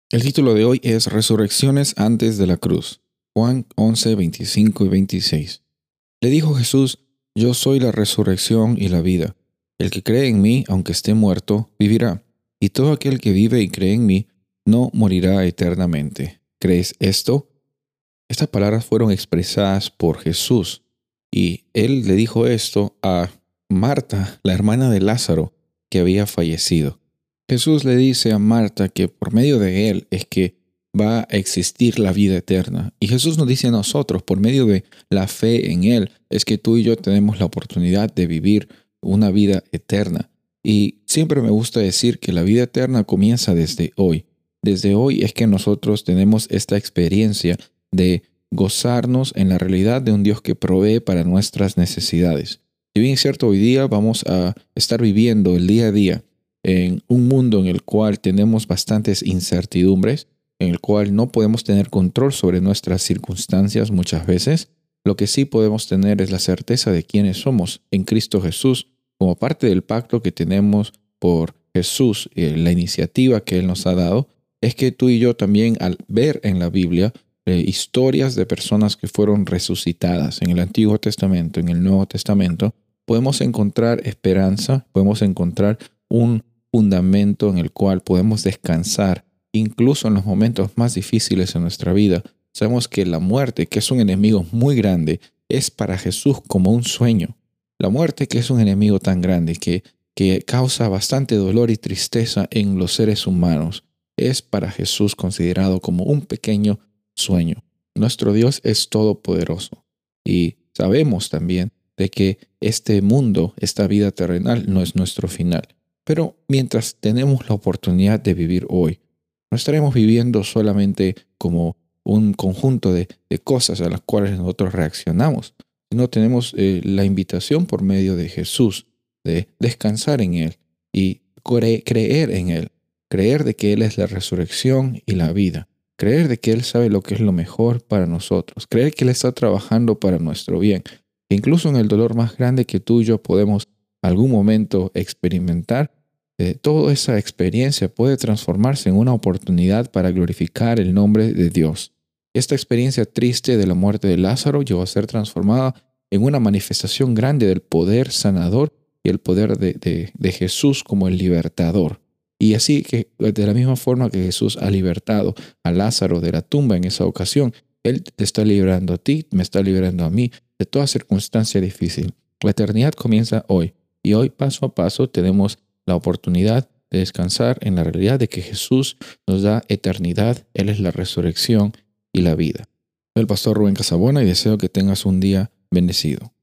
El título de hoy es Resurrecciones antes de la cruz. Juan 11, 25 y 26. Le dijo Jesús: Yo soy la resurrección y la vida. El que cree en mí, aunque esté muerto, vivirá. Y todo aquel que vive y cree en mí, no morirá eternamente. ¿Crees esto? Estas palabras fueron expresadas por Jesús. Y él le dijo esto a Marta, la hermana de Lázaro, que había fallecido. Jesús le dice a Marta que por medio de él es que va a existir la vida eterna. Y Jesús nos dice a nosotros, por medio de la fe en él, es que tú y yo tenemos la oportunidad de vivir una vida eterna. Y siempre me gusta decir que la vida eterna comienza desde hoy. Desde hoy es que nosotros tenemos esta experiencia de gozarnos en la realidad de un Dios que provee para nuestras necesidades. Si bien es cierto, hoy día vamos a estar viviendo el día a día en un mundo en el cual tenemos bastantes incertidumbres, en el cual no podemos tener control sobre nuestras circunstancias muchas veces, lo que sí podemos tener es la certeza de quiénes somos en Cristo Jesús, como parte del pacto que tenemos por Jesús, la iniciativa que Él nos ha dado, es que tú y yo también al ver en la Biblia historias de personas que fueron resucitadas en el Antiguo Testamento, en el Nuevo Testamento, podemos encontrar esperanza, podemos encontrar un fundamento en el cual podemos descansar, incluso en los momentos más difíciles en nuestra vida. Sabemos que la muerte, que es un enemigo muy grande, es para Jesús como un sueño. La muerte, que es un enemigo tan grande que causa bastante dolor y tristeza en los seres humanos, es para Jesús considerado como un pequeño sueño. Nuestro Dios es todopoderoso y sabemos también de que este mundo, esta vida terrenal, no es nuestro final. Pero mientras tenemos la oportunidad de vivir hoy, no estaremos viviendo solamente como un conjunto de cosas a las cuales nosotros reaccionamos, sino tenemos la invitación por medio de Jesús de descansar en Él y creer en Él, creer de que Él es la resurrección y la vida, creer de que Él sabe lo que es lo mejor para nosotros, creer que Él está trabajando para nuestro bien, e incluso en el dolor más grande que tú y yo podemos algún momento experimentar, toda esa experiencia puede transformarse en una oportunidad para glorificar el nombre de Dios. Esta experiencia triste de la muerte de Lázaro llegó a ser transformada en una manifestación grande del poder sanador y el poder de Jesús como el libertador. Y así que de la misma forma que Jesús ha libertado a Lázaro de la tumba en esa ocasión, Él te está librando a ti, me está librando a mí de toda circunstancia difícil. La eternidad comienza hoy y hoy paso a paso tenemos la oportunidad de descansar en la realidad de que Jesús nos da eternidad, Él es la resurrección y la vida. Soy el pastor Rubén Casabona y deseo que tengas un día bendecido.